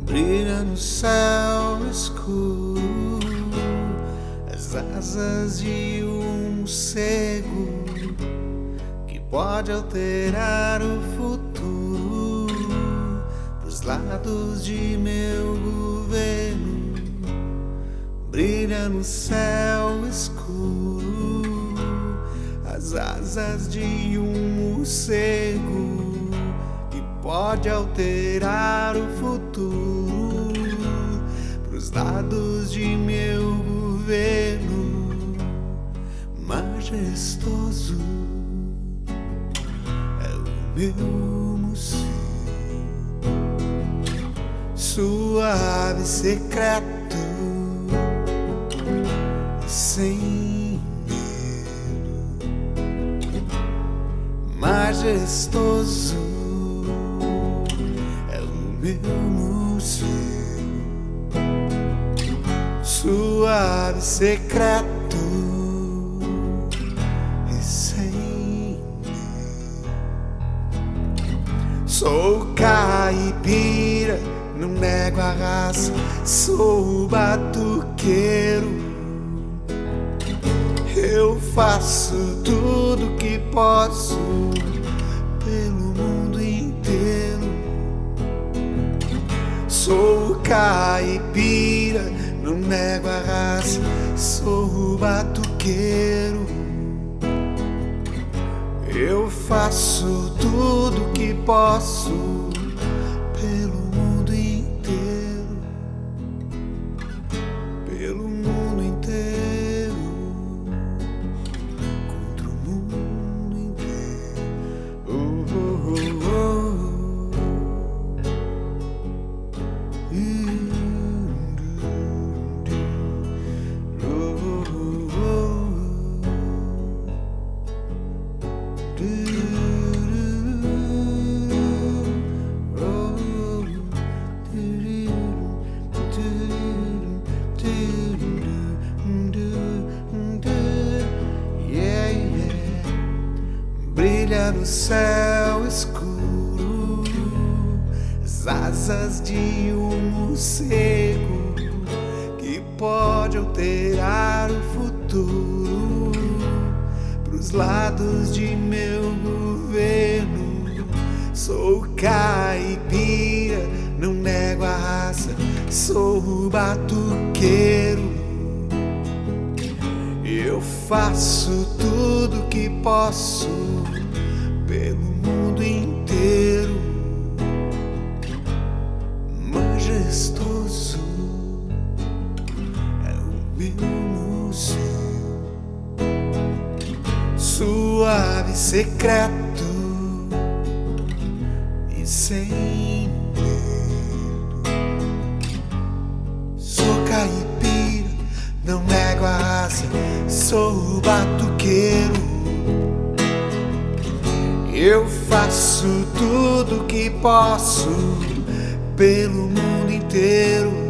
Brilha no céu escuro as asas de um morcego que pode alterar o futuro pros lados de meu governo. Brilha no céu escuro as asas de um morcego que pode alterar o futuro pros lados de meu governo. Majestoso é o meu morcego, suave, secreto e sem medo. Majestoso é o meu morcego, suave, secreto e sem medo. Sou caipira, não nego a raça, sou batuqueiro. Eu faço tudo que posso pelo mundo inteiro. Sou caipira, não nego a raça, sou batuqueiro. Eu faço tudo que posso pelo mundo inteiro, pelo mundo inteiro, contra o mundo inteiro. Oh, oh, oh. Brilha no céu escuro as asas de um morcego que pode alterar o futuro pros lados de meu governo. Sou caipira, não nego a raça, sou batuqueiro. Eu faço tudo que posso pelo mundo inteiro. Majestoso é o meu morcego, suave, secreto e sem medo. Sou caipira, não nego a raça, sou batuqueiro. Eu faço tudo que posso pelo mundo inteiro.